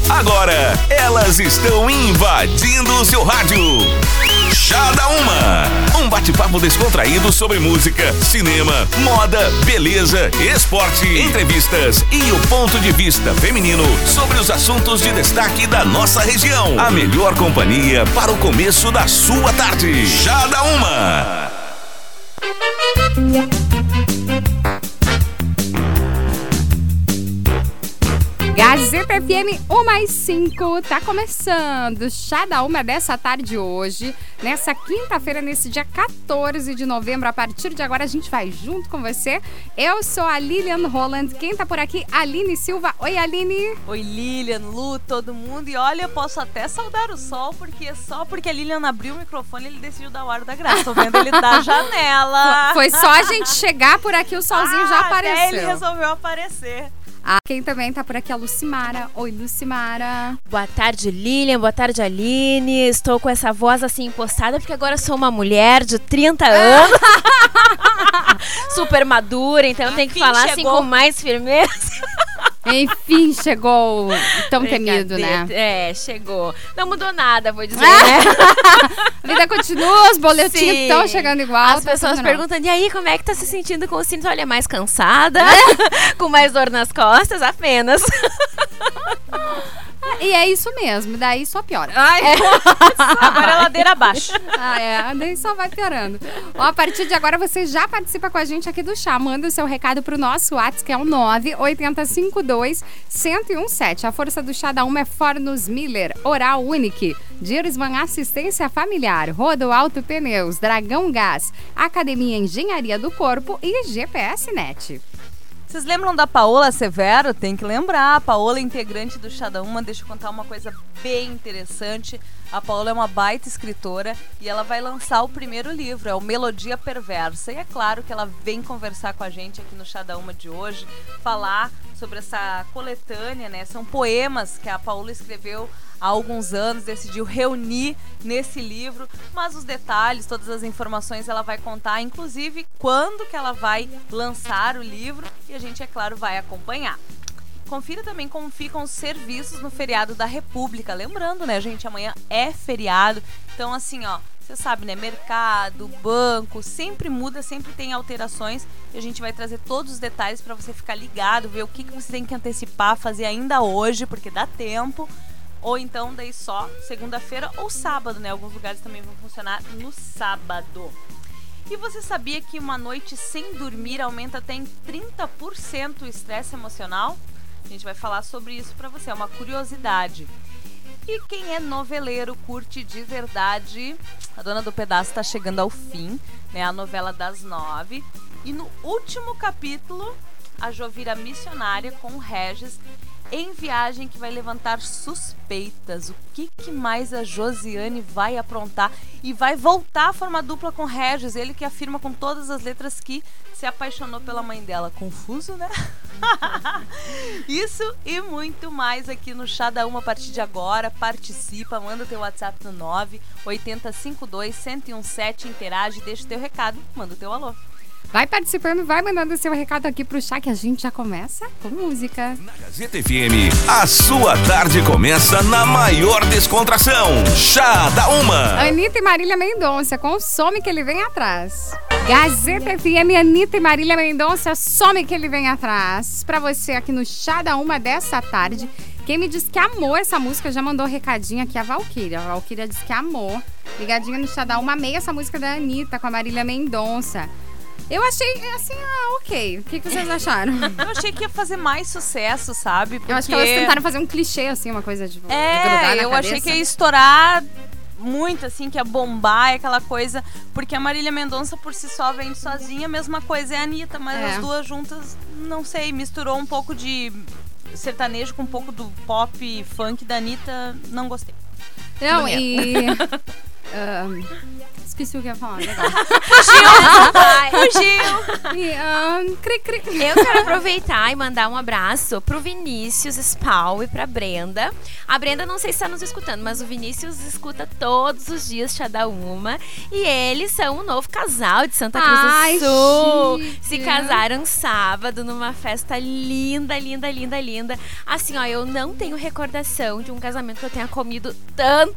Agora, elas estão invadindo o seu rádio. Chá da Uma. Um bate-papo descontraído sobre música, cinema, moda, beleza, esporte, entrevistas e o ponto de vista feminino sobre os assuntos de destaque da nossa região. A melhor companhia para o começo da sua tarde. Chá da Uma. Gazeta FM 1+5, tá começando Chá da Uma dessa tarde hoje, nessa quinta-feira, nesse dia 14 de novembro. A partir de agora a gente vai junto com você. Eu sou a Lilian Holland, quem tá por aqui? Aline Silva. Oi, Aline. Oi, Lilian, Lu, todo mundo. E olha, eu posso até saudar o sol, porque só porque a Lilian abriu o microfone, ele decidiu dar o ar da graça. Tô vendo ele da janela. Foi só a gente chegar por aqui, o solzinho já apareceu. Até ele resolveu aparecer. Quem também tá por aqui é a Lucimara. Oi, Lucimara. Boa tarde, Lilian. Boa tarde, Aline. Estou com essa voz assim impostada porque agora sou uma mulher de 30 anos. Super madura, então eu tenho que falar assim com mais firmeza. Enfim, chegou tão temido, né? É, chegou. Não mudou nada, vou dizer, né? A vida continua, os boletins estão chegando igual. As pessoas perguntam, e aí, como é que tá se sentindo com o cinto? Olha, mais cansada, com mais dor nas costas, apenas. E é isso mesmo, daí só piora. Agora é ladeira abaixo. Daí só vai piorando. A partir de agora você já participa com a gente aqui do Chá. Manda o seu recado pro nosso WhatsApp, que é o 98052-1017. A força do Chá da Uma é Fornos Miller, Oral Unique, Dirsman Assistência Familiar, Rodo Alto Pneus, Dragão Gás, Academia Engenharia do Corpo e GPS Net. Vocês lembram da Paola Severo? Tem que lembrar. A Paola é integrante do Chá da Uma. Deixa eu contar uma coisa bem interessante. A Paola é uma baita escritora e ela vai lançar o primeiro livro, é o Melodia Perversa. E é claro que ela vem conversar com a gente aqui no Chá da Uma de hoje, falar sobre essa coletânea, né? São poemas que a Paola escreveu há alguns anos, decidiu reunir nesse livro, mas os detalhes, todas as informações ela vai contar, inclusive quando que ela vai lançar o livro, e a gente, é claro, vai acompanhar. Confira também como ficam os serviços no feriado da República. Lembrando, né, gente, amanhã é feriado, então assim, ó, você sabe, né, mercado, banco, sempre muda, sempre tem alterações, e a gente vai trazer todos os detalhes para você ficar ligado, ver o que você tem que antecipar, fazer ainda hoje, porque dá tempo. Ou então daí só segunda-feira ou sábado, né? Alguns lugares também vão funcionar no sábado. E você sabia que uma noite sem dormir aumenta até em 30% o estresse emocional? A gente vai falar sobre isso pra você, é uma curiosidade. E quem é noveleiro, curte de verdade, a Dona do Pedaço tá chegando ao fim, né? A novela das 9. E no último capítulo, a Jo vira missionária com o Regis em viagem que vai levantar suspeitas. O que mais a Josiane vai aprontar? E vai voltar a formar dupla com Regis, ele que afirma com todas as letras que se apaixonou pela mãe dela. Confuso, né? Isso e muito mais aqui no Chá da Uma a partir de agora. Participa, manda o teu WhatsApp no 98052-1017, interage, deixa o teu recado, manda o teu alô. Vai participando, vai mandando seu recado aqui pro Chá, que a gente já começa com música. Na Gazeta FM, a sua tarde começa na maior descontração. Chá da Uma. Anitta e Marília Mendonça, com Some Que Ele Vem Atrás. Gazeta FM, Anitta e Marília Mendonça, Some Que Ele Vem Atrás. Pra você aqui no Chá da Uma dessa tarde. Quem me disse que amou essa música já mandou recadinho aqui, a Valquíria. A Valquíria disse que amou. Ligadinha no Chá da Uma, amei essa música da Anitta com a Marília Mendonça. Eu achei, assim, ok. O que vocês acharam? Eu achei que ia fazer mais sucesso, sabe? Porque... Eu acho que elas tentaram fazer um clichê, assim, uma coisa de grudar na cabeça. Eu achei que ia estourar muito, assim, que ia bombar, aquela coisa. Porque a Marília Mendonça, por si só, vem sozinha, a mesma coisa é a Anitta. Mas as duas juntas, não sei, misturou um pouco de sertanejo com um pouco do pop funk da Anitta. Não gostei. Não, e... Esqueci o que eu ia falar. Legal. Fugiu! E, cri, cri. Eu quero aproveitar e mandar um abraço pro Vinícius Spal e pra Brenda. A Brenda não sei se está nos escutando, mas o Vinícius escuta todos os dias Chá da Uma. E eles são um novo casal de Santa Cruz Ai, do Sul. chique. Se casaram sábado numa festa linda, linda, linda, linda. Assim, ó, eu não tenho recordação de um casamento que eu tenha comido tanto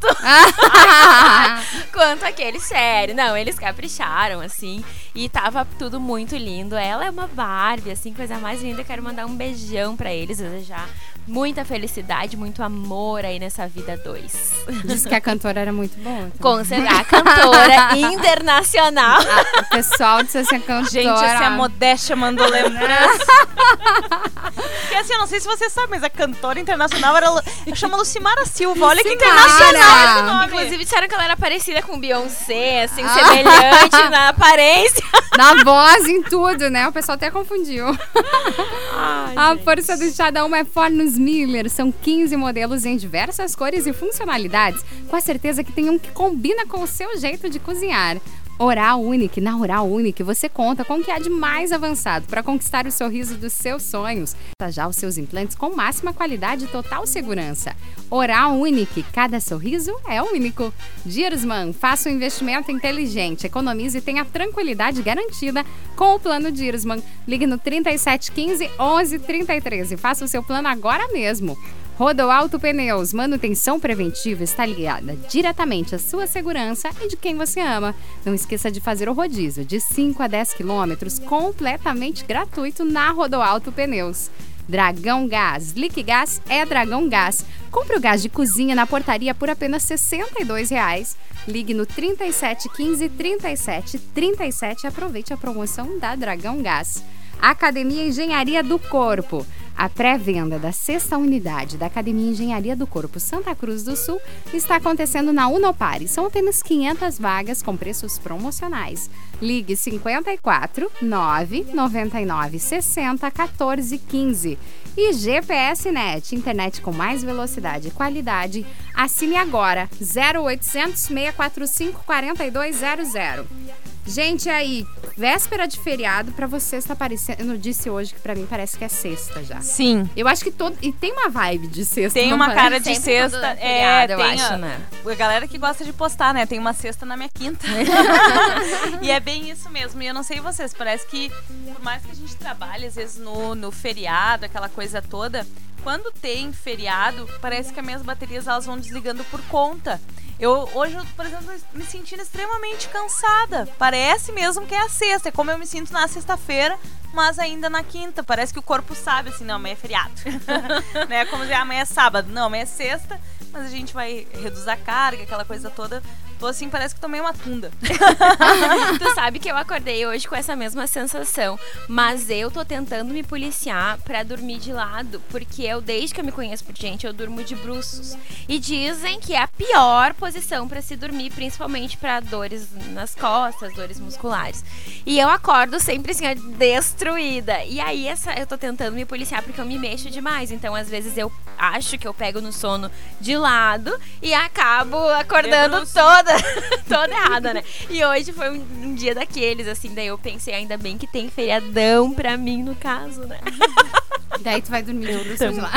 quanto aquele, sério. Não, eles capricharam, assim, e tava tudo muito lindo. Ela é uma Barbie, assim, coisa mais linda. Eu quero mandar um beijão pra eles, desejar muita felicidade, muito amor aí nessa vida dois. Diz que a cantora era muito boa. Com certeza, a cantora internacional. O pessoal disse assim, a cantora... Gente, assim, a modéstia mandou lembrança. Porque assim, eu não sei se você sabe, mas a cantora internacional chama Lucimara Silva. Olha que Lucimara. internacional esse nome. Inclusive disseram que ela era parecida com Beyoncé, assim, semelhante na aparência. Na voz, em tudo, né? O pessoal até confundiu. Ai, A gente. força do Chá da Uma é Fornos Miller. São 15 modelos em diversas cores e funcionalidades, com a certeza que tem um que combina com o seu jeito de cozinhar. Oral Unique. Na Oral Unique você conta com o que há de mais avançado para conquistar o sorriso dos seus sonhos. Já os seus implantes com máxima qualidade e total segurança. Oral Unique. Cada sorriso é único. Diersman. Faça um investimento inteligente. Economize e tenha tranquilidade garantida com o plano Diersman. Ligue no 3715 1133 e faça o seu plano agora mesmo. Rodoalto Pneus, manutenção preventiva está ligada diretamente à sua segurança e de quem você ama. Não esqueça de fazer o rodízio de 5 a 10 quilômetros completamente gratuito na Rodoalto Pneus. Dragão Gás. Liquigás é Dragão Gás. Compre o gás de cozinha na portaria por apenas R$ 62,00. Ligue no 3715 3737 e aproveite a promoção da Dragão Gás. Academia Engenharia do Corpo. A pré-venda da 6ª unidade da Academia Engenharia do Corpo Santa Cruz do Sul está acontecendo na Unopare. São apenas 500 vagas com preços promocionais. Ligue 54 999 60 14 15. E GPS Net, internet com mais velocidade e qualidade. Assine agora 0800 645 4200. Gente, aí, véspera de feriado, pra você está parecendo, disse hoje que pra mim parece que é sexta já. Sim. Eu acho que e tem uma vibe de sexta. Tem não uma parece? cara de Sempre sexta. quando é feriado, eu tem acho, né? A galera que gosta de postar, né? Tem uma sexta na minha quinta. E é bem isso mesmo. E eu não sei vocês, parece que por mais que a gente trabalhe, às vezes, no feriado, aquela coisa toda, quando tem feriado, parece que as minhas baterias elas vão desligando por conta. Hoje, por exemplo, me sentindo extremamente cansada. Parece mesmo que é a sexta. É como eu me sinto na sexta-feira, mas ainda na quinta. Parece que o corpo sabe, assim, não, amanhã é feriado. Né? Como dizer, amanhã é sábado. Não, amanhã é sexta, mas a gente vai reduzir a carga, aquela coisa toda. Tô assim, parece que tomei uma tunda. Tu sabe que eu acordei hoje com essa mesma sensação, mas eu tô tentando me policiar pra dormir de lado, porque desde que eu me conheço por gente, eu durmo de bruços. E dizem que é a pior posição pra se dormir, principalmente pra dores nas costas, dores musculares. E eu acordo sempre assim, ó, destruída. E aí eu tô tentando me policiar porque eu me mexo demais. Então, às vezes, eu acho que eu pego no sono de lado e acabo acordando toda errada, né? E hoje foi um dia daqueles, assim, daí eu pensei, ainda bem que tem feriadão pra mim, no caso, né? Daí tu vai dormir de bruços lá.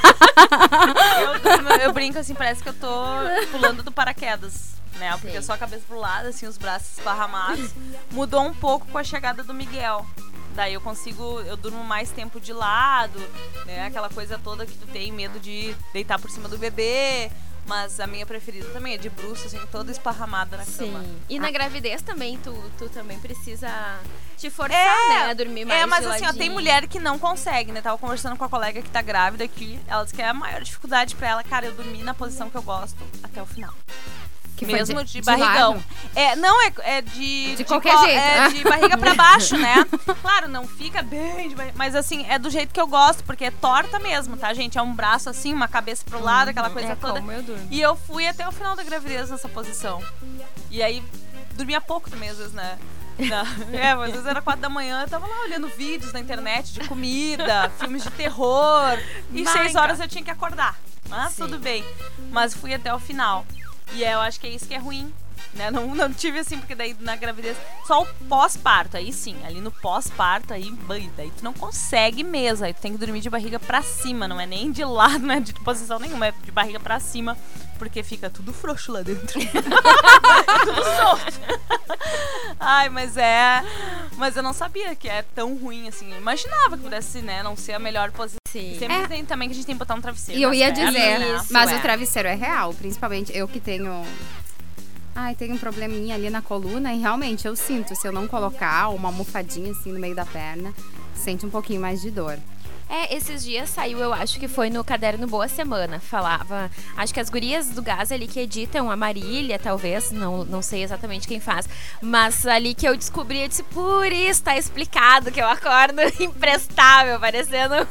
Eu brinco assim, parece que eu tô pulando do paraquedas, né? Porque eu só a cabeça pro lado, assim, os braços esparramados. Mudou um pouco com a chegada do Miguel. Daí eu durmo mais tempo de lado, né? Aquela coisa toda que tu tem medo de deitar por cima do bebê. Mas a minha preferida também é de bruços, assim, toda esparramada na cama. Sim. E na gravidez também, tu também precisa te forçar, né, a dormir mais mas geladinho. assim, ó, tem mulher que não consegue, né? Tava conversando com a colega que tá grávida aqui, ela disse que é a maior dificuldade pra ela, cara, eu dormi na posição que eu gosto até o final. Que mesmo de lado? barrigão. É de qualquer jeito. É de barriga pra baixo, né? Claro, não fica bem de barriga, mas assim, é do jeito que eu gosto, porque é torta mesmo, tá, gente? É um braço assim, uma cabeça pro lado, aquela coisa toda. Como eu durmo. E eu fui até o final da gravidez nessa posição. E aí, dormia pouco também, às vezes, né? Mas às vezes era 4 da manhã, eu tava lá olhando vídeos na internet de comida, filmes de terror. E 6 horas eu tinha que acordar. Mas tudo bem. Mas fui até o final. E eu acho que é isso que é ruim. né? Não tive assim, porque daí na gravidez, só o pós-parto, aí sim, ali no pós-parto, aí daí tu não consegue mesmo, aí tu tem que dormir de barriga pra cima, não é nem de lado, não é de posição nenhuma, é de barriga pra cima, porque fica tudo frouxo lá dentro. Tudo solto. Ai, mas eu não sabia que é tão ruim assim. Eu imaginava que pudesse, né, não ser a melhor posição. Sim. Sempre tem também que a gente tem que botar um travesseiro. E eu nas ia pernas, dizer, né? mas é. o travesseiro é real, principalmente eu que tenho... Ai, tem um probleminha ali na coluna e realmente eu sinto, se eu não colocar uma almofadinha assim no meio da perna, sente um pouquinho mais de dor. Esses dias saiu, eu acho que foi no caderno Boa Semana, falava, acho que as gurias do Gás ali que editam, a Marília, talvez, não sei exatamente quem faz, mas ali que eu descobri, eu disse, por isso tá explicado que eu acordo imprestável, parecendo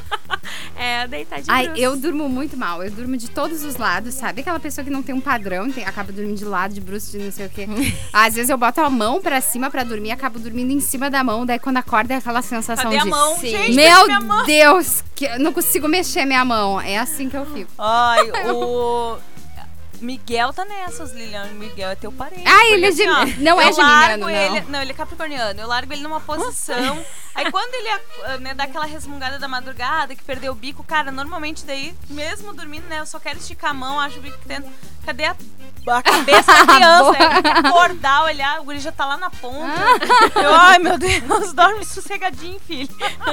deitar de Ai, bruços. eu durmo muito mal, eu durmo de todos os lados, sabe? Aquela pessoa que não tem um padrão, acaba dormindo de lado, de bruços, de não sei o quê. Às vezes eu boto a mão pra cima pra dormir, acabo dormindo em cima da mão, daí quando acorda é aquela sensação Cadê a de... mão? Sim. Gente, Meu minha mão. Deus, que eu não consigo mexer minha mão. É assim que eu fico. Ai, o Miguel tá nessas, Lilian. O Miguel é teu parente. Ah, ele é porque, assim, de... não é eu geminiano, largo ele, não, ele é capricorniano. Eu largo ele numa posição. Aí quando ele né, dá aquela resmungada da madrugada, que perdeu o bico, cara, normalmente daí, mesmo dormindo, né, eu só quero esticar a mão, acho o bico que tento. Cadê a cabeça da criança? Aí eu tenho que acordar, olhar, o guri já tá lá na ponta. Ai, meu Deus, dorme sossegadinho, filho.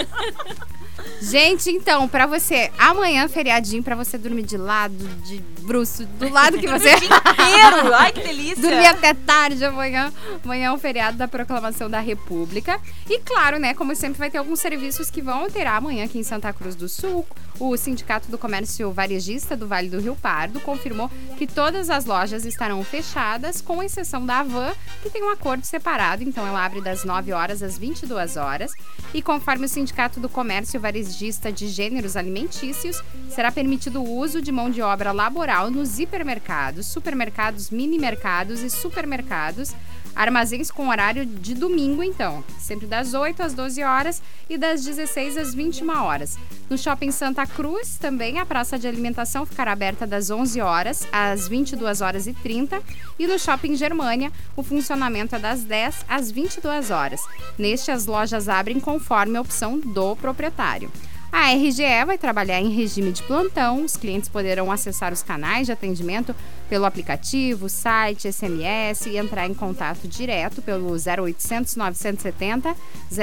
Gente, então, pra você, amanhã feriadinho, pra você dormir de lado, de bruço, do lado que você... O dia inteiro, ai que delícia. Dormir até tarde amanhã. Amanhã é um feriado da Proclamação da República. E claro, né, como sempre vai ter alguns serviços que vão alterar amanhã aqui em Santa Cruz do Sul. O Sindicato do Comércio Varejista do Vale do Rio Pardo confirmou que todas as lojas estarão fechadas, com exceção da Havan, que tem um acordo separado, então ela abre das 9 horas às 22 horas. E conforme o Sindicato do Comércio Varejista de Gêneros Alimentícios, será permitido o uso de mão de obra laboral nos hipermercados, supermercados, mini-mercados e supermercados, armazéns com horário de domingo, então, sempre das 8 às 12 horas e das 16 às 21 horas. No Shopping Santa Cruz, também, a praça de alimentação ficará aberta das 11 horas às 22 horas e 30 e no Shopping Germânia, o funcionamento é das 10 às 22 horas. Neste, as lojas abrem conforme a opção do proprietário. A RGE vai trabalhar em regime de plantão. Os clientes poderão acessar os canais de atendimento pelo aplicativo, site, SMS e entrar em contato direto pelo 0800 970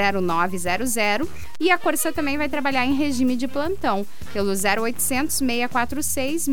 0900. E a Corsã também vai trabalhar em regime de plantão pelo 0800 646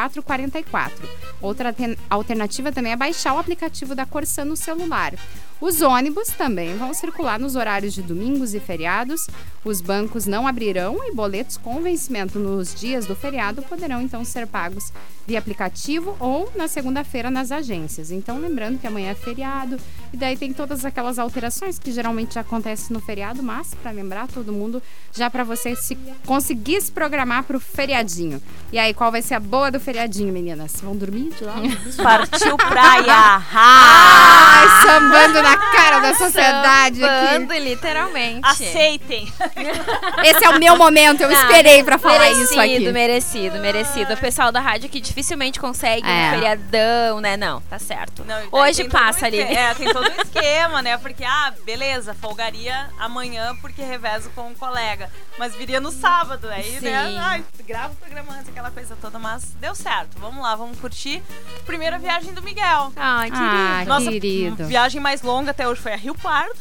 6444. Outra alternativa também é baixar o aplicativo da Corsã no celular. Os ônibus também vão circular nos horários de domingos e feriados. Os bancos não abrirão e boletos com vencimento nos dias do feriado poderão então ser pagos via aplicativo ou na segunda-feira nas agências. Então, lembrando que amanhã é feriado e daí tem todas aquelas alterações que geralmente acontecem no feriado, mas para lembrar todo mundo, já para você se conseguir se programar para o feriadinho. E aí, qual vai ser a boa do feriadinho, meninas? Vão dormir de lá? Partiu praia. Ai, sambando na cara da sociedade Sambando, aqui. literalmente. Aceitem. Esse é o meu momento, eu esperei pra falar merecido, isso aqui. Merecido. O pessoal da rádio que dificilmente consegue um feriadão, né? Não, tá certo. Não, Hoje tem passa todo um ali. tem todo um esquema, né? Porque, beleza, folgaria amanhã porque revezo com um colega. Mas viria no sábado, aí, Sim. né? Ai, gravo o programa antes, aquela coisa toda, mas deu certo. Vamos lá, vamos curtir. Primeira viagem do Miguel. Ai, querido. Nossa querido. viagem mais longa até hoje foi a Rio Pardo.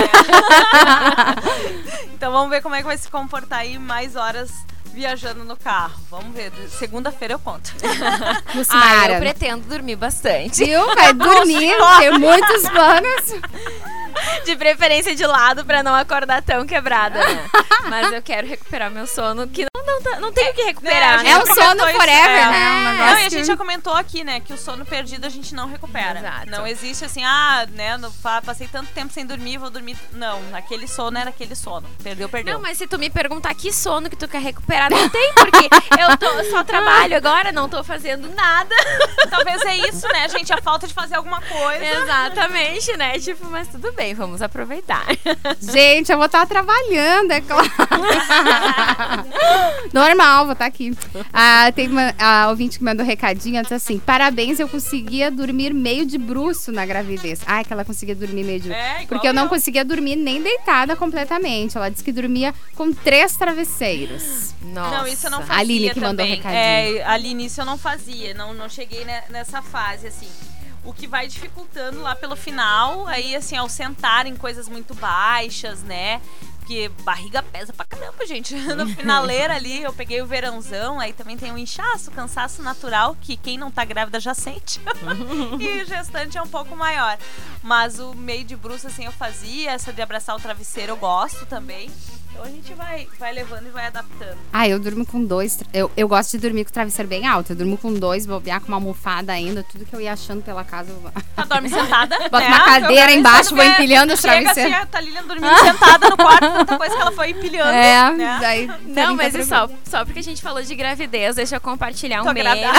Então vamos ver como é que vai se comportar aí mais horas viajando no carro. Vamos ver. Segunda-feira eu conto. Eu pretendo dormir bastante. Viu? Vai dormir, tem muitos planos. De preferência de lado pra não acordar tão quebrada, né? Mas eu quero recuperar meu sono, que não tenho que recuperar, né? É um sono forever, né? Um negócio Não, e a gente que- já comentou aqui, né, que o sono perdido a gente não recupera. Exato. Não existe assim, né, passei tanto tempo sem dormir, vou dormir. Não, aquele sono era aquele sono. Perdeu. Não, mas se tu me perguntar que sono que tu quer recuperar, não tem, porque eu só trabalho agora, não tô fazendo nada. Talvez é isso, né, gente? A falta de fazer alguma coisa. Exatamente, né? Tipo, mas tudo bem, vamos aproveitar. Gente, eu vou estar trabalhando, é claro. Normal, vou estar aqui. Tem uma ouvinte que mandou mandou recadinho, ela disse assim, parabéns, eu conseguia dormir meio de bruço na gravidez. Ai, que ela conseguia dormir meio de bruço. Porque eu não conseguia dormir nem deitada completamente. Ela disse que dormia com 3 travesseiros. Nossa. Não, isso eu não fazia A Aline que mandou também. recadinho. Aline, isso eu não fazia. Não cheguei nessa fase, assim. O que vai dificultando lá pelo final, aí, assim, ao sentar em coisas muito baixas, né? Porque barriga pesa pra caramba, gente. No finaleira ali, eu peguei o verãozão, aí também tem o inchaço, cansaço natural, que quem não tá grávida já sente. E o gestante é um pouco maior. Mas o meio de bruço, assim, eu fazia. Essa de abraçar o travesseiro eu gosto também. Então a gente vai levando e vai adaptando. Ah, eu durmo com 2. Eu gosto de dormir com o travesseiro bem alto. Eu durmo com 2, bobear com uma almofada ainda. Tudo que eu ia achando pela casa. Tá, dorme sentada. Boto uma cadeira embaixo, vou empilhando os travesseiros. travesseiros. Chega assim, a Lilian dormindo sentada no quarto, tanta coisa que ela foi empilhando. Né? Daí. Não, mas é só porque a gente falou de gravidez, deixa eu compartilhar um meme.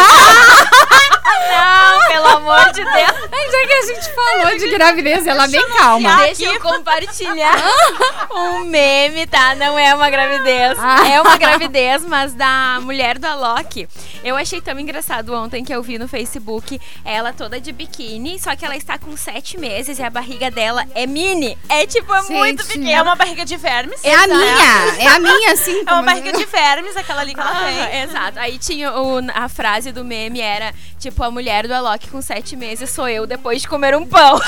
Não, pelo amor de Deus. Já que a gente falou de gravidez, ela bem calma. Deixa eu compartilhar um meme, tá? Não é uma gravidez. É uma gravidez, mas da mulher do Alok. Eu achei tão engraçado ontem que eu vi no Facebook ela toda de biquíni, só que ela está com 7 meses e a barriga dela é mini. É tipo, é muito pequena. É uma barriga de vermes. É a minha, assim. É uma barriga de vermes, aquela ali que ela tem. Exato. Aí tinha a frase do meme era, tipo, a mulher do Alok com 7 meses sou eu depois de comer um pão.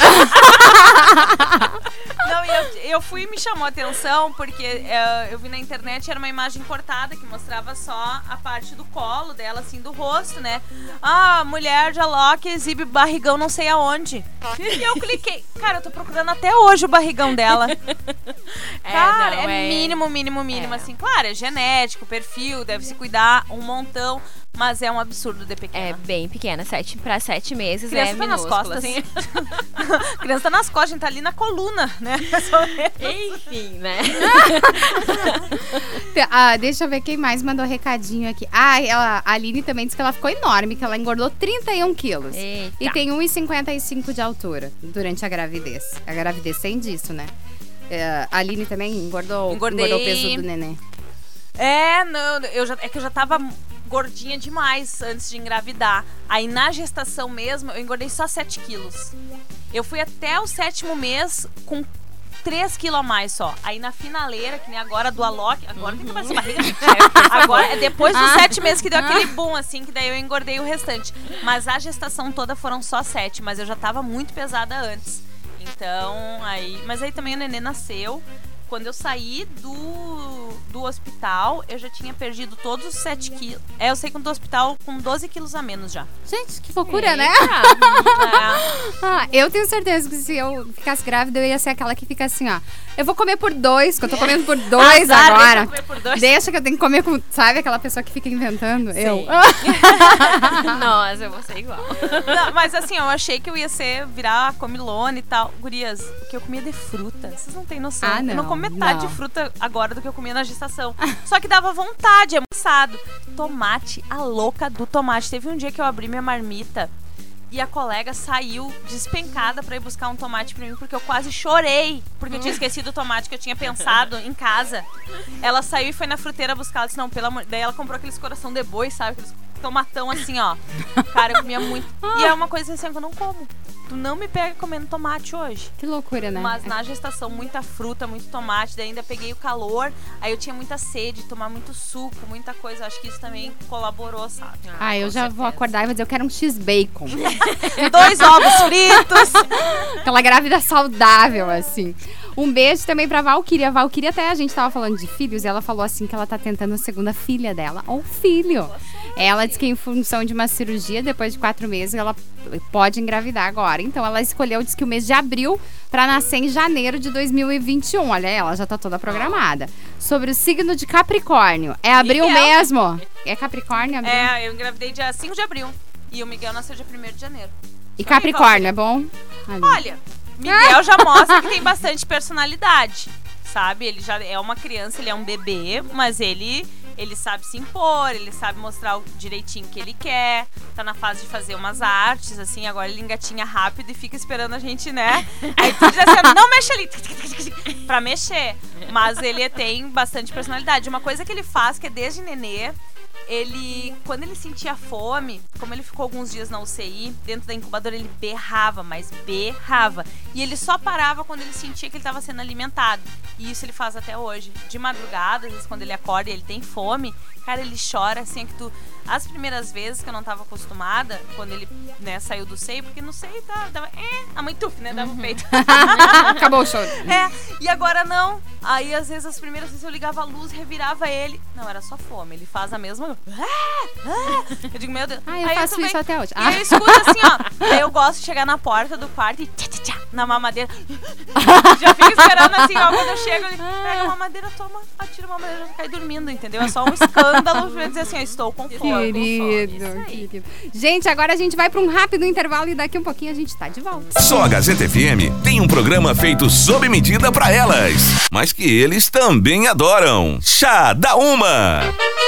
Não, e eu fui e me chamou a atenção porque eu vi na internet, era uma imagem cortada que mostrava só a parte do colo dela, assim, do rosto, né? Ah, mulher de Alok exibe barrigão não sei aonde. E eu cliquei. Cara, eu tô procurando até hoje o barrigão dela. Cara, mínimo, assim. Claro, é genético, perfil, deve se cuidar um montão. Mas é um absurdo de pequena. É bem pequena, 7 meses criança é tá nas costas, assim. Criança tá nas costas, a gente tá ali na coluna, né? Enfim, né? Deixa eu ver quem mais mandou recadinho aqui. A Aline também disse que ela ficou enorme, que ela engordou 31 quilos. Eita. E tem 1,55 de altura durante a gravidez. A gravidez tem disso, né? A Aline também engordou o peso do neném. É que eu já tava gordinha demais antes de engravidar. Aí na gestação mesmo, eu engordei só 7 quilos. Eu fui até o 7º mês com 3 quilos a mais só. Aí na finaleira, que nem agora do Alok, agora que tá barriga. Agora é depois dos 7 meses que deu aquele boom, assim, que daí eu engordei o restante. Mas a gestação toda foram só 7, mas eu já tava muito pesada antes. Então, mas aí também o nenê nasceu. Quando eu saí do hospital, eu já tinha perdido todos os 7 quilos. Eu saí do hospital com 12 quilos a menos já. Gente, que loucura, né? Eu tenho certeza que se eu ficasse grávida, eu ia ser aquela que fica assim, ó. Eu vou comer por 2, que eu tô comendo por 2 agora. Deixa que eu tenho que comer com... Sabe aquela pessoa que fica inventando? Sim. Eu. Nossa, eu vou ser igual. Não, mas assim, eu achei que eu ia virar comilona e tal. Gurias, o que eu comia de fruta, vocês não têm noção. Não, eu não como metade de fruta agora do que eu comia na gestação. Só que dava vontade, é moçado. Tomate, a louca do tomate. Teve um dia que eu abri minha marmita e a colega saiu despencada pra ir buscar um tomate pra mim, porque eu quase chorei, porque eu tinha esquecido o tomate que eu tinha pensado em casa. Ela saiu e foi na fruteira buscar, ela disse, não, pelo amor... Daí ela comprou aqueles coração de boi, sabe? Aqueles tomatão assim, ó. Cara, eu comia muito. E é uma coisa assim que eu não como. Tu não me pega comendo tomate hoje. Que loucura, né? Mas na gestação, muita fruta, muito tomate. Daí ainda peguei o calor. Aí eu tinha muita sede, tomar muito suco, muita coisa. Acho que isso também colaborou, sabe? Eu já vou acordar e vou dizer, eu quero um X-Bacon. 2 ovos fritos. Aquela grávida saudável, assim. Um beijo também pra Valquíria. A Valquíria até a gente tava falando de filhos e ela falou assim que ela tá tentando a segunda filha dela, ou filho. Ela disse que em função de uma cirurgia, depois de 4 meses, ela pode engravidar agora. Então ela escolheu, disse que o mês de abril pra nascer em janeiro de 2021. Olha, ela já tá toda programada. Sobre o signo de Capricórnio. É abril mesmo? É Capricórnio? Abril? Eu engravidei dia 5 de abril. E o Miguel nasceu dia 1º de janeiro. E Capricórnio, é bom? Olha, Miguel já mostra que tem bastante personalidade, sabe? Ele já é uma criança, ele é um bebê, mas ele sabe se impor, ele sabe mostrar direitinho o que ele quer, tá na fase de fazer umas artes, assim, agora ele engatinha rápido e fica esperando a gente, né? Aí tu diz assim, não mexe ali, pra mexer. Mas ele tem bastante personalidade. Uma coisa que ele faz, que é desde nenê, quando ele sentia fome, como ele ficou alguns dias na UCI, dentro da incubadora ele berrava, mas berrava. E ele só parava quando ele sentia que ele estava sendo alimentado. E isso ele faz até hoje. De madrugada, às vezes quando ele acorda e ele tem fome, cara, ele chora assim, que tu... As primeiras vezes que eu não estava acostumada, quando ele, né, saiu do seio, porque no seio dava... a mãe tuf, né, dava o peito. Acabou o show. E agora não. Aí, às vezes, as primeiras vezes eu ligava a luz, revirava ele. Não, era só fome. Ele faz a mesma... Eu digo, meu Deus. Eu faço isso até hoje. E aí eu escuto assim, ó. Aí eu gosto de chegar na porta do quarto e tchá, na mamadeira. Já fico esperando assim, ó. Quando eu chego, ele pega a mamadeira, toma, atira a mamadeira e cai dormindo, entendeu? É só um escândalo pra dizer assim, ó, estou com fome. Querido. Gente, agora a gente vai pra um rápido intervalo e daqui um pouquinho a gente tá de volta. Só a Gazeta FM tem um programa feito sob medida pra elas, mas que eles também adoram. Chá da Uma.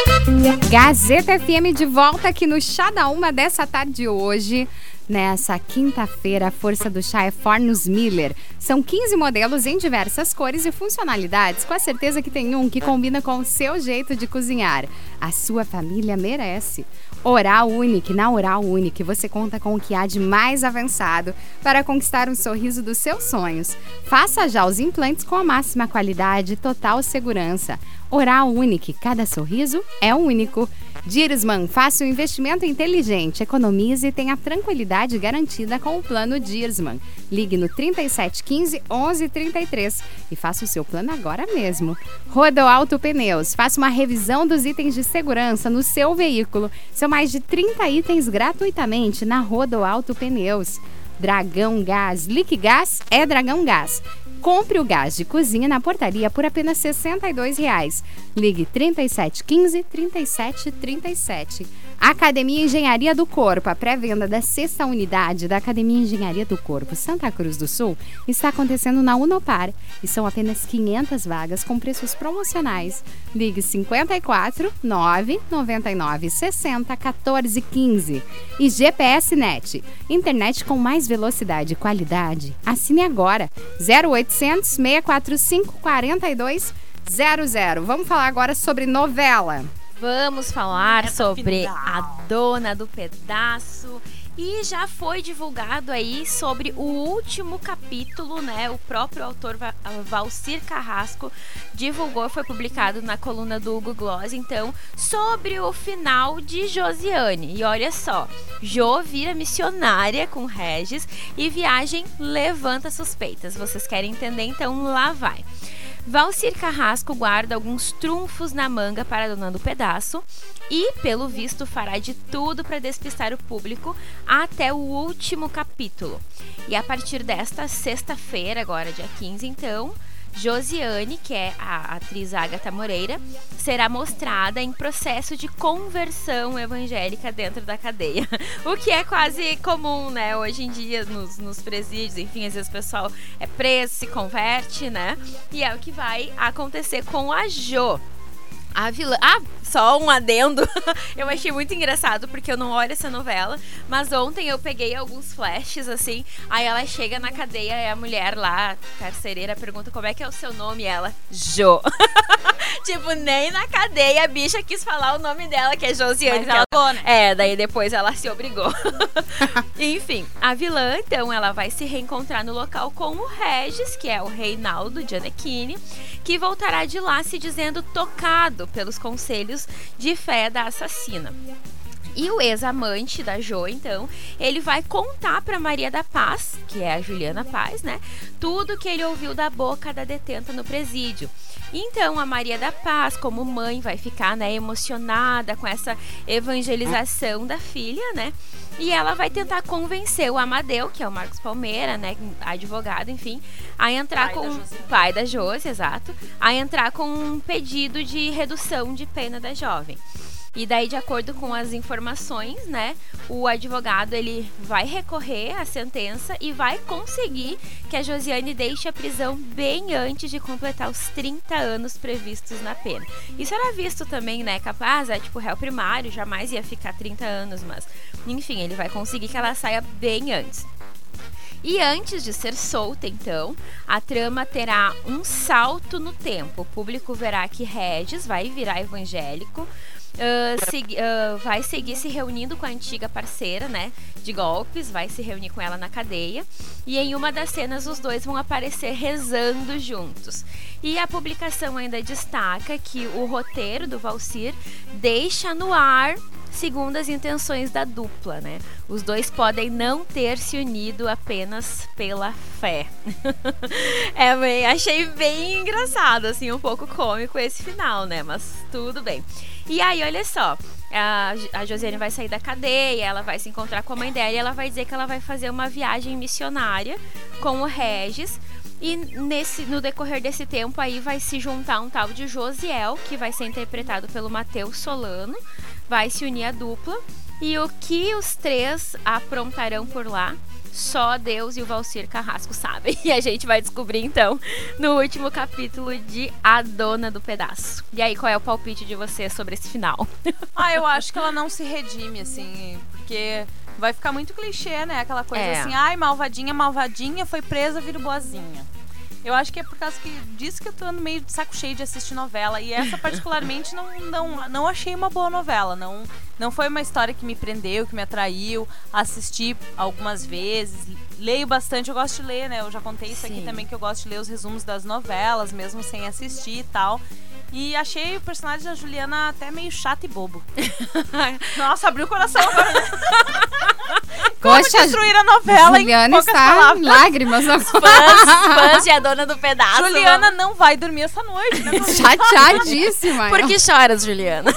Gazeta FM de volta aqui no Chá da Uma dessa tarde de hoje. Nessa quinta-feira, a força do chá é Fornos Miller. São 15 modelos em diversas cores e funcionalidades, com a certeza que tem um que combina com o seu jeito de cozinhar. A sua família merece. Oral Unique. Na Oral Unique, você conta com o que há de mais avançado para conquistar um sorriso dos seus sonhos. Faça já os implantes com a máxima qualidade e total segurança. Oral Unique. Cada sorriso é único. Dirsman, faça um investimento inteligente, economize e tenha tranquilidade garantida com o plano Dirsman. Ligue no 3715 1133 e faça o seu plano agora mesmo. Rodoalto Pneus, faça uma revisão dos itens de segurança no seu veículo. São mais de 30 itens gratuitamente na Rodoalto Pneus. Dragão Gás, Liquigás é Dragão Gás. Compre o gás de cozinha na portaria por apenas R$ 62,00. Ligue 3715 3737. Academia Engenharia do Corpo. A pré-venda da 6ª unidade da Academia Engenharia do Corpo Santa Cruz do Sul está acontecendo na Unopar e são apenas 500 vagas com preços promocionais. Ligue 54 999 60 14 15. E GPS Net. Internet com mais velocidade e qualidade. Assine agora. 0800 645 4200. Vamos falar agora sobre novela. Vamos falar sobre A Dona do Pedaço. E já foi divulgado aí sobre o último capítulo, né? O próprio autor Valcir Carrasco divulgou, foi publicado na coluna do Hugo Gloss, então, sobre o final de Josiane. E olha só, Jo vira missionária com Regis e viagem levanta suspeitas. Vocês querem entender? Então lá vai. Valcir Carrasco guarda alguns trunfos na manga para a Dona do Pedaço e, pelo visto, fará de tudo para despistar o público até o último capítulo. E a partir desta sexta-feira, agora dia 15, então, Josiane, que é a atriz Agatha Moreira, será mostrada em processo de conversão evangélica dentro da cadeia. O que é quase comum, né? Hoje em dia, nos presídios, enfim, às vezes o pessoal é preso, se converte, né? E é o que vai acontecer com a Jo. A vilã... só um adendo. Eu achei muito engraçado porque eu não olho essa novela, mas ontem eu peguei alguns flashes assim. Aí ela chega na cadeia e a mulher lá, carcereira, pergunta como é que é o seu nome e ela, Jo. Tipo, nem na cadeia a bicha quis falar o nome dela, que é Josiane. Mas ela... daí depois ela se obrigou. Enfim, a vilã então ela vai se reencontrar no local com o Regis, que é o Reinaldo Gianecchini, que voltará de lá se dizendo tocado pelos conselhos de fé da assassina. E o ex-amante da Jo, então, ele vai contar para Maria da Paz, que é a Juliana Paz, né, tudo que ele ouviu da boca da detenta no presídio. Então, a Maria da Paz, como mãe, vai ficar, né, emocionada com essa evangelização da filha, né, e ela vai tentar convencer o Amadeu, que é o Marcos Palmeira, né, advogado, enfim, a entrar pai da Josi, exato, a entrar com um pedido de redução de pena da jovem. E daí, de acordo com as informações, né, o advogado ele vai recorrer à sentença e vai conseguir que a Josiane deixe a prisão bem antes de completar os 30 anos previstos na pena. Isso era visto também, né, capaz, tipo réu primário, jamais ia ficar 30 anos, mas enfim, ele vai conseguir que ela saia bem antes. E antes de ser solta, então, a trama terá um salto no tempo. O público verá que Regis vai virar evangélico, vai seguir se reunindo com a antiga parceira, né, de golpes, vai se reunir com ela na cadeia, e em uma das cenas os dois vão aparecer rezando juntos. E a publicação ainda destaca que o roteiro do Valcir deixa no ar segundo as intenções da dupla, né? Os dois podem não ter se unido apenas pela fé. Achei bem engraçado, assim, um pouco cômico esse final, né? Mas tudo bem. E aí, olha só, a Josiane vai sair da cadeia, ela vai se encontrar com a mãe dela e ela vai dizer que ela vai fazer uma viagem missionária com o Regis. E no decorrer desse tempo aí vai se juntar um tal de Josiel, que vai ser interpretado pelo Matheus Solano, vai se unir à dupla. E o que os três aprontarão por lá, só Deus e o Valcir Carrasco sabem. E a gente vai descobrir então no último capítulo de A Dona do Pedaço. E aí, qual é o palpite de vocês sobre esse final? Eu acho que ela não se redime, assim, porque vai ficar muito clichê, né? Aquela coisa assim, malvadinha, foi presa, vira boazinha. Eu acho que é por causa disso que eu tô andando meio de saco cheio de assistir novela. E essa particularmente não achei uma boa novela. Não foi uma história que me prendeu, que me atraiu. Assisti algumas vezes, leio bastante, eu gosto de ler, né? Eu já contei isso aqui também, que eu gosto de ler os resumos das novelas, mesmo sem assistir e tal. E achei o personagem da Juliana até meio chato e bobo. Nossa, abriu o coração agora, né? Como destruir a novela Juliana em poucas está palavras. Em lágrimas. Fãs de A Dona do Pedaço. Juliana não vai dormir essa noite, né? Chateadíssima. Por que choras, Juliana?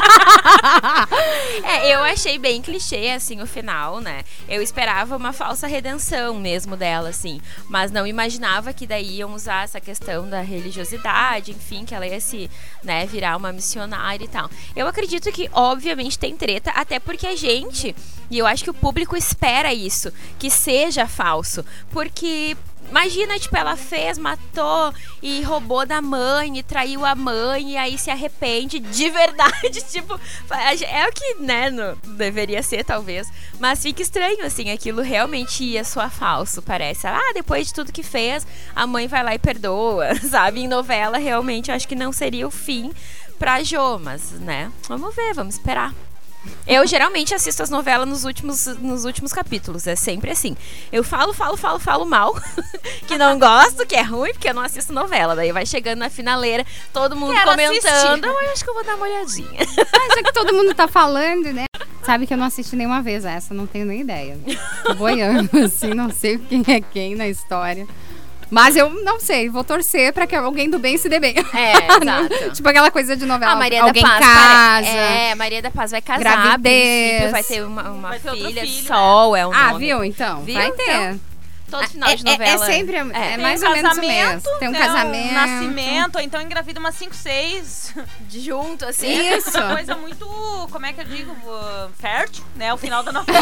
Eu achei bem clichê, assim, o final, né? Eu esperava uma falsa redenção mesmo dela, assim. Mas não imaginava que daí iam usar essa questão da religiosidade, enfim, que ela ia se, né, virar uma missionária e tal. Eu acredito que, obviamente, tem treta, até porque a gente, e eu acho que o público espera isso, que seja falso. Porque... imagina, tipo, ela matou e roubou da mãe e traiu a mãe e aí se arrepende de verdade, tipo, é o que, né, deveria ser, talvez, mas fica estranho, assim, aquilo realmente ia soar falso, parece. Depois de tudo que fez, a mãe vai lá e perdoa, sabe? Em novela, realmente, eu acho que não seria o fim pra Jo, mas, né, vamos ver, vamos esperar. Eu geralmente assisto as novelas nos últimos capítulos. É sempre assim. Eu falo mal que não gosto, que é ruim, porque eu não assisto novela. Daí vai chegando na finaleira, todo mundo comentando. Eu acho que eu vou dar uma olhadinha. Já que todo mundo tá falando, né? Sabe que eu não assisti nenhuma vez essa, não tenho nem ideia. Tô boiando, assim, não sei quem é quem na história. Mas eu não sei, vou torcer pra que alguém do bem se dê bem. Exato. Tipo aquela coisa de novela. A Maria alguém da Paz casa. Maria da Paz vai casar. Gravidez. Vai ter uma filha. Filho, Sol é o nome. Viu? Então, vai ter. Então, todo final de novela. É sempre, mais ou menos o mesmo. Tem um casamento. Um nascimento, ou então engravida umas 5, 6. Junto, assim. Isso. Coisa muito, como é que eu digo, fértil, né? O final da novela.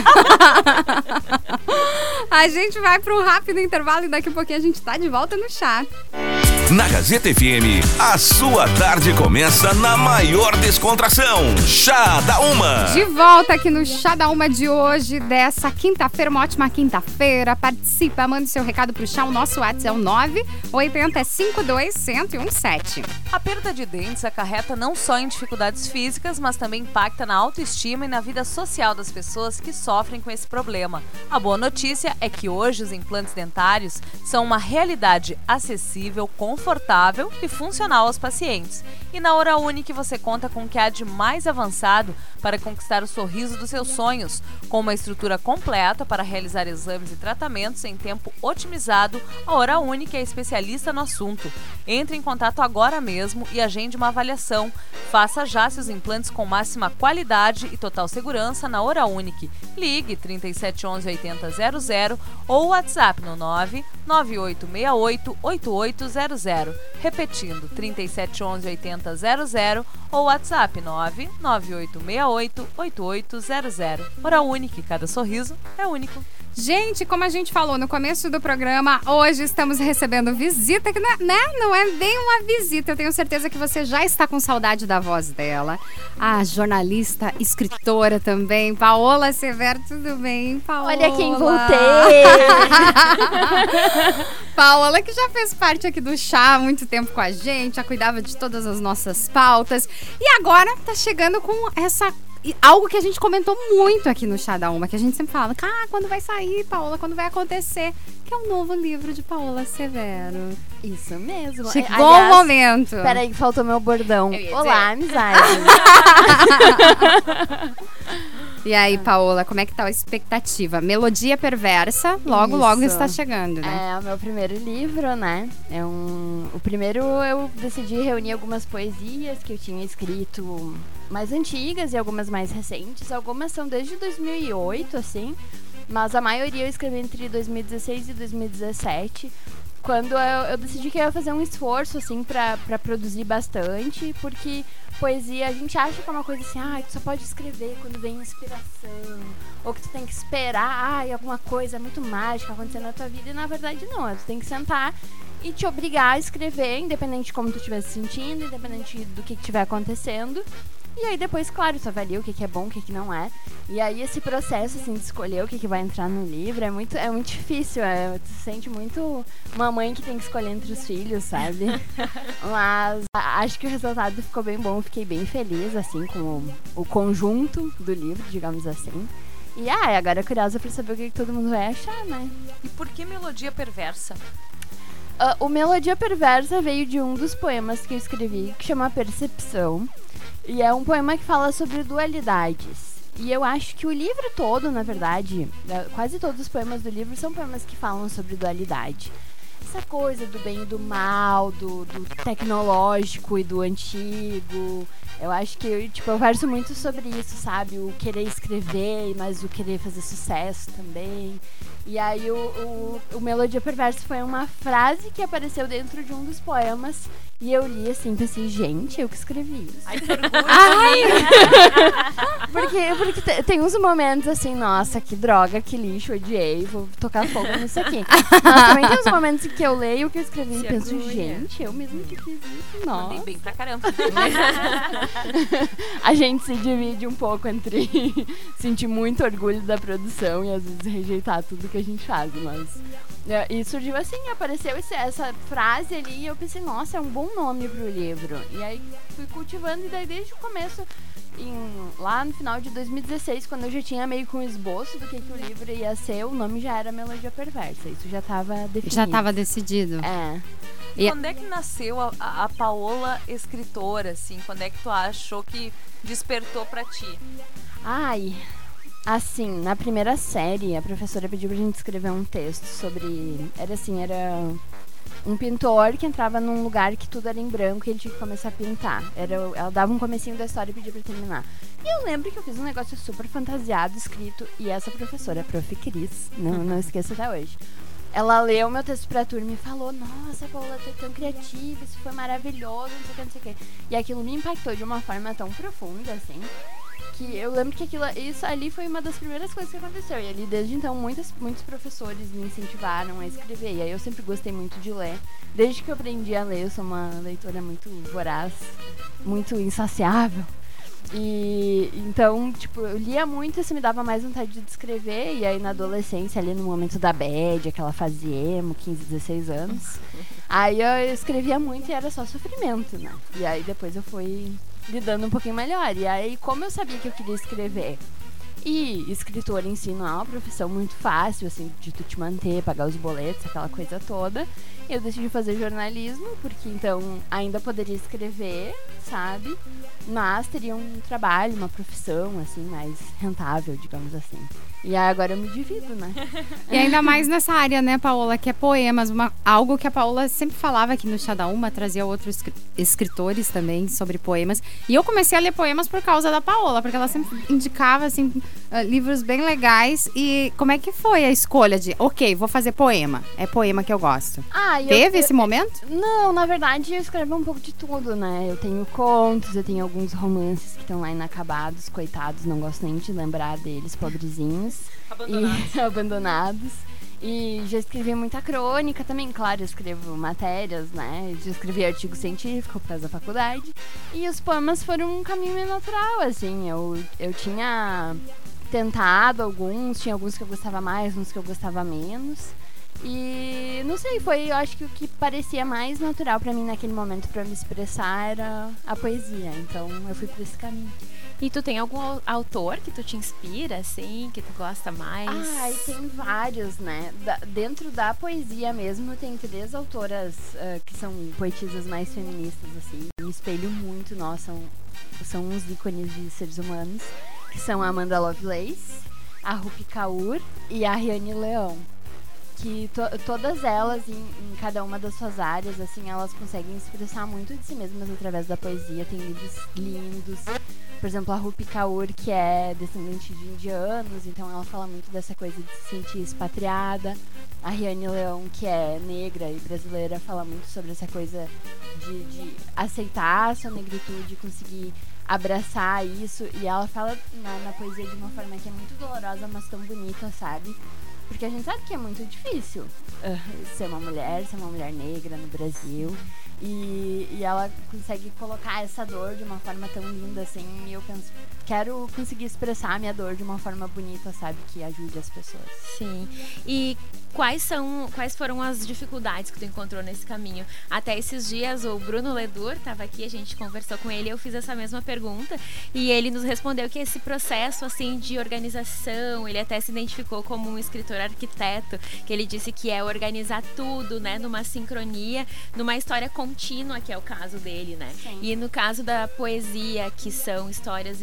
A gente vai para um rápido intervalo e daqui a pouquinho a gente tá de volta no chat. Na Gazeta FM, a sua tarde começa na maior descontração. Chá da Uma. De volta aqui no Chá da Uma de hoje, dessa quinta-feira, uma ótima quinta-feira. Participa, manda seu recado pro chá. O nosso WhatsApp é o 98052-1017. A perda de dentes acarreta não só em dificuldades físicas, mas também impacta na autoestima e na vida social das pessoas que sofrem com esse problema. A boa notícia é que hoje os implantes dentários são uma realidade acessível, confortável e funcional aos pacientes. E na Hora Unique você conta com o que há de mais avançado para conquistar o sorriso dos seus sonhos, com uma estrutura completa para realizar exames e tratamentos em tempo otimizado. A Hora Unique é especialista no assunto. Entre em contato agora mesmo e agende uma avaliação. Faça já seus implantes com máxima qualidade e total segurança na Hora Unique. Ligue 3711 8000 ou WhatsApp no 998688800. Repetindo, 3711 8000 ou WhatsApp 998688800. Hora Unique, cada sorriso é único. Gente, como a gente falou no começo do programa, hoje estamos recebendo visita, que não é bem uma visita, eu tenho certeza que você já está com saudade da voz dela. A jornalista, escritora também, Paola Severo, tudo bem, Paola? Olha quem voltei! Paola, que já fez parte aqui do chá há muito tempo com a gente, já cuidava de todas as nossas pautas. E agora tá chegando com algo que a gente comentou muito aqui no Chá da Uma, que a gente sempre fala, quando vai sair, Paola, quando vai acontecer? Que é o novo livro de Paola Severo. Isso mesmo. Chegou o momento. Peraí, que faltou meu bordão. dizer. Olá, amizade. E aí, Paola, como é que tá a expectativa? Melodia Perversa, logo está chegando, né? É o meu primeiro livro, né? O primeiro eu decidi reunir algumas poesias que eu tinha escrito mais antigas e algumas mais recentes. Algumas são desde 2008, assim, mas a maioria eu escrevi entre 2016 e 2017. Quando eu decidi que eu ia fazer um esforço, assim, pra produzir bastante, porque poesia, a gente acha que é uma coisa assim, tu só pode escrever quando vem inspiração, ou que tu tem que esperar, alguma coisa muito mágica acontecer na tua vida, e na verdade não, tu tem que sentar e te obrigar a escrever, independente de como tu estiver se sentindo, independente do que estiver acontecendo. E aí depois, claro, tu avalia o que é bom, o que não é. E aí esse processo, assim, de escolher o que vai entrar no livro é muito difícil. Tu se sente muito uma mãe que tem que escolher entre os filhos, sabe? Mas acho que o resultado ficou bem bom. Fiquei bem feliz, assim, com o conjunto do livro, digamos assim. E agora curiosa pra saber o que todo mundo vai achar, né? E por que Melodia Perversa? O Melodia Perversa veio de um dos poemas que eu escrevi, que chama Percepção. E é um poema que fala sobre dualidades. E eu acho que o livro todo, na verdade, quase todos os poemas do livro são poemas que falam sobre dualidade. Essa coisa do bem e do mal, do tecnológico e do antigo. Eu acho que eu verso muito sobre isso, sabe? O querer escrever, mas o querer fazer sucesso também. E aí o Melodia Perversa foi uma frase que apareceu dentro de um dos poemas. E eu li assim, pensei, gente, eu que escrevi isso. Ai, que orgulho! Porque tem uns momentos assim, nossa, que droga, que lixo, odiei, vou tocar fogo nisso aqui. Mas também tem uns momentos em que eu leio o que eu escrevi e penso, gente, eu mesmo que fiz isso, nossa. Mandei bem pra caramba. A gente se divide um pouco entre sentir muito orgulho da produção e às vezes rejeitar tudo que a gente faz, mas... E surgiu assim, apareceu essa frase ali e eu pensei, nossa, é um bom nome pro livro. E aí fui cultivando e daí desde o começo, lá no final de 2016, quando eu já tinha meio com um esboço do que o livro ia ser, o nome já era Melodia Perversa. Isso já estava definido. Já estava decidido. É. E quando é que nasceu a Paola escritora, assim? Quando é que tu achou que despertou pra ti? Assim, na primeira série, a professora pediu pra gente escrever um texto sobre... Era um pintor que entrava num lugar que tudo era em branco e ele tinha que começar a pintar. Ela dava um comecinho da história e pedia pra terminar. E eu lembro que eu fiz um negócio super fantasiado, escrito, e essa professora, a Prof. Cris, não esqueço até hoje. Ela leu meu texto pra turma e falou, nossa, Paola, tu é tão criativa, isso foi maravilhoso, não sei o que. E aquilo me impactou de uma forma tão profunda, assim... que eu lembro que isso ali foi uma das primeiras coisas que aconteceu. E ali, desde então, muitos professores me incentivaram a escrever. E aí eu sempre gostei muito de ler. Desde que eu aprendi a ler, eu sou uma leitora muito voraz, muito insaciável. E então, eu lia muito, isso me dava mais vontade de escrever. E aí na adolescência, ali no momento da bad, aquela fase emo, 15, 16 anos, aí eu escrevia muito e era só sofrimento, né? E aí depois eu fui lidando um pouquinho melhor. E aí, como eu sabia que eu queria escrever, e escritor em si não é uma profissão muito fácil, assim, de tu te manter, pagar os boletos, aquela coisa toda, eu decidi fazer jornalismo, porque então ainda poderia escrever, sabe? Mas teria um trabalho, uma profissão, assim, mais rentável, digamos assim. E aí agora eu me divido, né? E ainda mais nessa área, né, Paola, que é poemas. Algo que a Paola sempre falava aqui no Chá da Uma, trazia outros escritores também sobre poemas. E eu comecei a ler poemas por causa da Paola, porque ela sempre indicava, assim, livros bem legais. E como é que foi a escolha de, vou fazer poema? É poema que eu gosto. Teve esse momento? Não, na verdade eu escrevo um pouco de tudo, né? Eu tenho contos, eu tenho alguns romances que estão lá inacabados, coitados, não gosto nem de lembrar deles, pobrezinhos. Abandonados. E já escrevi muita crônica também, claro, eu escrevo matérias, né? Já escrevi artigo científico por causa da faculdade. E os poemas foram um caminho meio natural, assim. Eu tinha tentado alguns, tinha alguns que eu gostava mais, uns que eu gostava menos. E não sei, eu acho que o que parecia mais natural pra mim naquele momento pra me expressar era a poesia. Então eu fui por esse caminho. E tu tem algum autor que tu te inspira, assim, que tu gosta mais? Tem vários, né? Dentro da poesia mesmo, tem 3 autoras que são poetisas mais feministas, assim. Me espelho muito, são uns ícones de seres humanos, que são a Amanda Lovelace, a Rupi Kaur e a Riane Leão. Que todas elas, em cada uma das suas áreas, assim, elas conseguem expressar muito de si mesmas através da poesia. Tem livros lindos. Por exemplo, a Rupi Kaur, que é descendente de indianos, então ela fala muito dessa coisa de se sentir expatriada. A Riane Leão, que é negra e brasileira, fala muito sobre essa coisa de aceitar a sua negritude, conseguir abraçar isso. E ela fala na poesia de uma forma que é muito dolorosa, mas tão bonita, sabe? Porque a gente sabe que é muito difícil ser uma mulher negra no Brasil. E ela consegue colocar essa dor de uma forma tão linda, assim. E eu penso, quero conseguir expressar a minha dor de uma forma bonita, sabe? Que ajude as pessoas. Sim. E quais foram as dificuldades que tu encontrou nesse caminho? Até esses dias o Bruno Ledur estava aqui, a gente conversou com ele, eu fiz essa mesma pergunta e ele nos respondeu que esse processo assim de organização, ele até se identificou como um escritor arquiteto, que ele disse que é organizar tudo, né, numa sincronia, numa história contínua, que é o caso dele, né? Sim. E no caso da poesia, que são histórias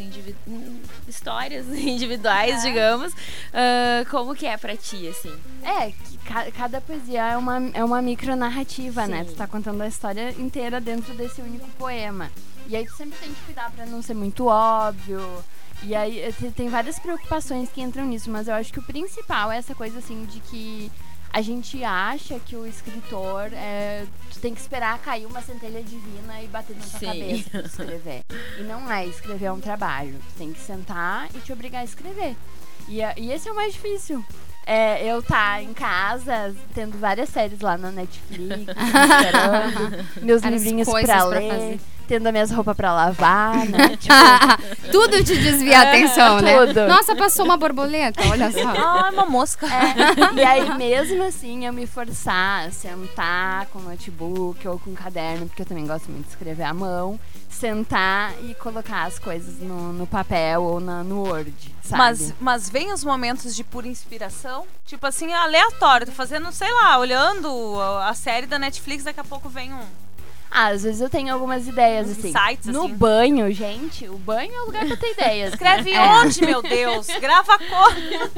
individuais, digamos, como que é pra ti, assim? Que cada poesia é uma micronarrativa, né? Tu tá contando a história inteira dentro desse único poema. E aí tu sempre tem que cuidar pra não ser muito óbvio. E aí tem várias preocupações que entram nisso, mas eu acho que o principal é essa coisa assim de que a gente acha que o escritor tu tem que esperar cair uma centelha divina e bater na tua cabeça pra escrever. E não é, escrever é um trabalho. Tu tem que sentar e te obrigar a escrever. E esse é o mais difícil. Eu em casa, tendo várias séries lá na Netflix, esperando meus livrinhos pra ler, tendo as minhas roupas pra lavar, né? Tipo, tudo te desvia a atenção, né? Tudo. Nossa, passou uma borboleta, olha só. Uma mosca. E aí, mesmo assim, eu me forçar a sentar com o notebook ou com o caderno, porque eu também gosto muito de escrever à mão, sentar e colocar as coisas no papel ou no Word, sabe? Mas vem os momentos de pura inspiração? Tipo assim, aleatório. Tô fazendo, sei lá, olhando a série da Netflix, daqui a pouco vem às vezes eu tenho algumas ideias, assim. Insights, no assim. Banho, gente, o banho é o lugar pra ter ideias. Escreve onde, meu Deus? Grava a cor.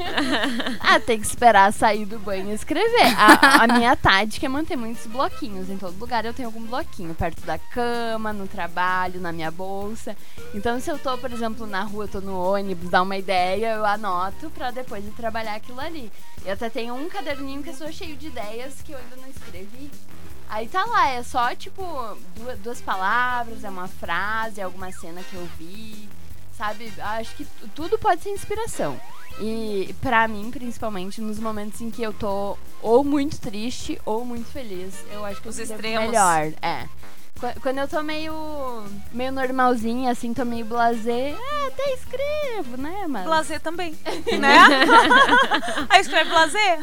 Tem que esperar sair do banho e escrever. A minha tática é manter muitos bloquinhos. Em todo lugar eu tenho algum bloquinho. Perto da cama, no trabalho, na minha bolsa. Então, se eu tô, por exemplo, na rua, tô no ônibus, dá uma ideia, eu anoto pra depois de trabalhar aquilo ali. Eu até tenho um caderninho que é só cheio de ideias que eu ainda não escrevi. Aí tá lá, é só tipo 2 palavras, é uma frase, é alguma cena que eu vi, sabe? Acho que tudo pode ser inspiração. E pra mim, principalmente, nos momentos em que eu tô ou muito triste ou muito feliz, eu acho que os eu extremos. Melhor. Quando eu tô meio normalzinha, assim, tô meio blasé, até escrevo, né? Mas... Blasé também, né? Aí escreve blasé.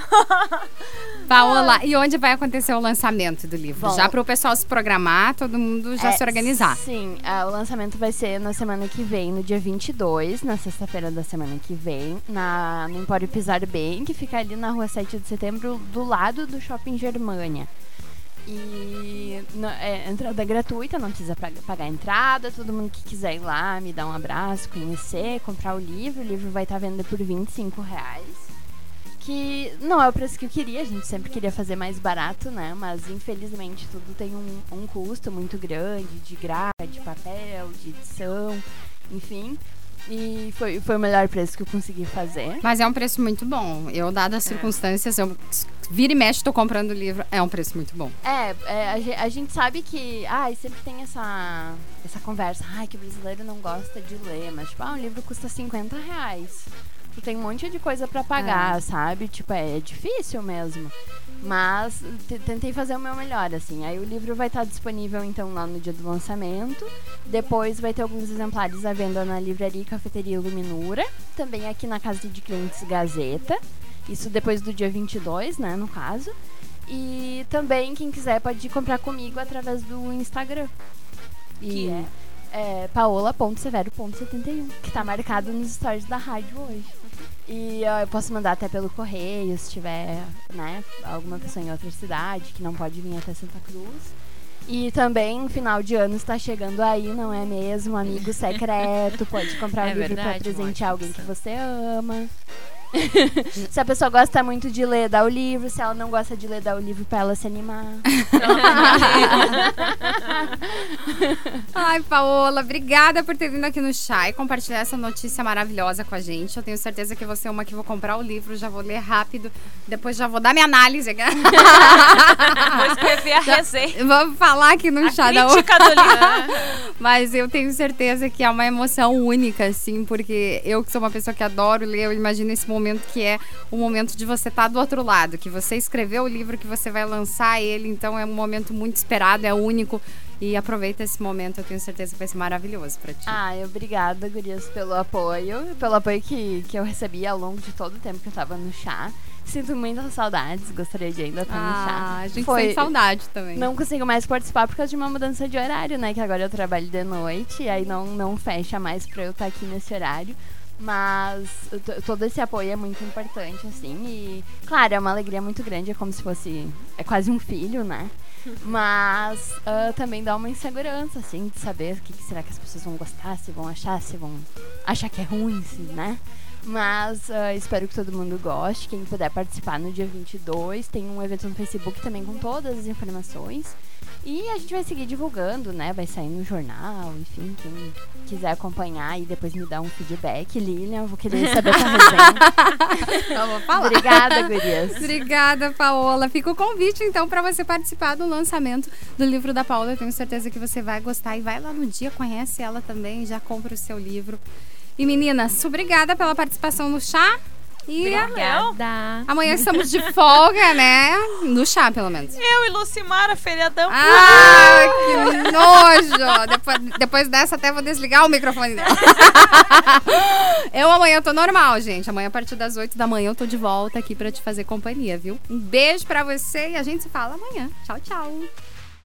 Paola, e onde vai acontecer o lançamento do livro? Bom, já para o pessoal se programar, todo mundo já se organizar. Sim, o lançamento vai ser na semana que vem, no dia 22, na sexta-feira da semana que vem, no Empório Pisar Bem, que fica ali na rua 7 de setembro, do lado do Shopping Germânia. E entrada gratuita, não precisa pagar entrada, todo mundo que quiser ir lá, me dar um abraço, conhecer, comprar o livro vai estar vendo por R$25, que não é o preço que eu queria, a gente sempre queria fazer mais barato, né, mas infelizmente tudo tem um custo muito grande, de grade, de papel, de edição, enfim. E foi o melhor preço que eu consegui fazer. Mas é um preço muito bom. Eu, dadas as circunstâncias, eu vira e mexe, tô comprando o livro. É um preço muito bom. A gente sabe que... sempre tem essa conversa. Que o brasileiro não gosta de ler. Mas, tipo, um livro custa R$50. Tu tem um monte de coisa pra pagar, sabe? Tipo, é difícil mesmo. Mas tentei fazer o meu melhor, assim. Aí o livro vai estar disponível, então, lá no dia do lançamento. Depois vai ter alguns exemplares à venda na livraria e cafeteria Luminura. Também aqui na Casa de Clientes Gazeta. Isso depois do dia 22, né, no caso. E também, quem quiser pode comprar comigo através do Instagram. Que é paola.severo.71, que tá marcado nos stories da rádio hoje. E eu posso mandar até pelo correio, se tiver, né, alguma pessoa em outra cidade que não pode vir até Santa Cruz. E também, final de ano está chegando aí, não é mesmo? Amigo secreto, pode comprar o livro para presentear alguém que você ama. Se a pessoa gosta muito de ler, dá o livro. Se ela não gosta de ler, dá o livro pra ela se animar. Ai, Paola, obrigada por ter vindo aqui no Chá e compartilhar essa notícia maravilhosa com a gente. Eu tenho certeza que você é uma que vou comprar o livro, já vou ler rápido, depois já vou dar minha análise. Vou escrever a resenha. Vamos falar aqui no Chá da Crítica do livro. Mas eu tenho certeza que é uma emoção única, assim, porque eu que sou uma pessoa que adoro ler, eu imagino esse momento que é o momento de você estar do outro lado, que você escreveu o livro, que você vai lançar ele, então é um momento muito esperado, é único, e aproveita esse momento, eu tenho certeza que vai ser maravilhoso pra ti. Obrigada, gurias, pelo apoio que eu recebi ao longo de todo o tempo que eu tava no Chá. Sinto muitas saudades, gostaria de ainda estar no Chá. A gente sente saudade também. Não consigo mais participar por causa de uma mudança de horário, né, que agora eu trabalho de noite, e aí não fecha mais pra eu estar aqui nesse horário. Mas todo esse apoio é muito importante, assim. E, claro, é uma alegria muito grande. É como se fosse... É quase um filho, né? Mas também dá uma insegurança, assim, de saber o que será que as pessoas vão gostar, se vão achar que é ruim, assim, né? Mas espero que todo mundo goste. Quem puder participar no dia 22. Tem um evento no Facebook também com todas as informações. E a gente vai seguir divulgando, né? Vai sair no jornal, enfim, quem quiser acompanhar e depois me dar um feedback. Lilian, eu vou querer saber essa resenha. Vamos falar. Obrigada, gurias. Obrigada, Paola. Fica o convite, então, para você participar do lançamento do livro da Paola. Eu tenho certeza que você vai gostar. E vai lá no dia, conhece ela também, já compra o seu livro. E, meninas, obrigada pela participação no Chá. E Obrigada. Amanhã estamos de folga, né? No Chá, pelo menos. Eu e Lucimara, feriadão. Que nojo! Depois dessa até vou desligar o microfone dela. Eu amanhã tô normal, gente. Amanhã a partir das 8 da manhã eu tô de volta aqui pra te fazer companhia, viu? Um beijo pra você e a gente se fala amanhã. Tchau, tchau.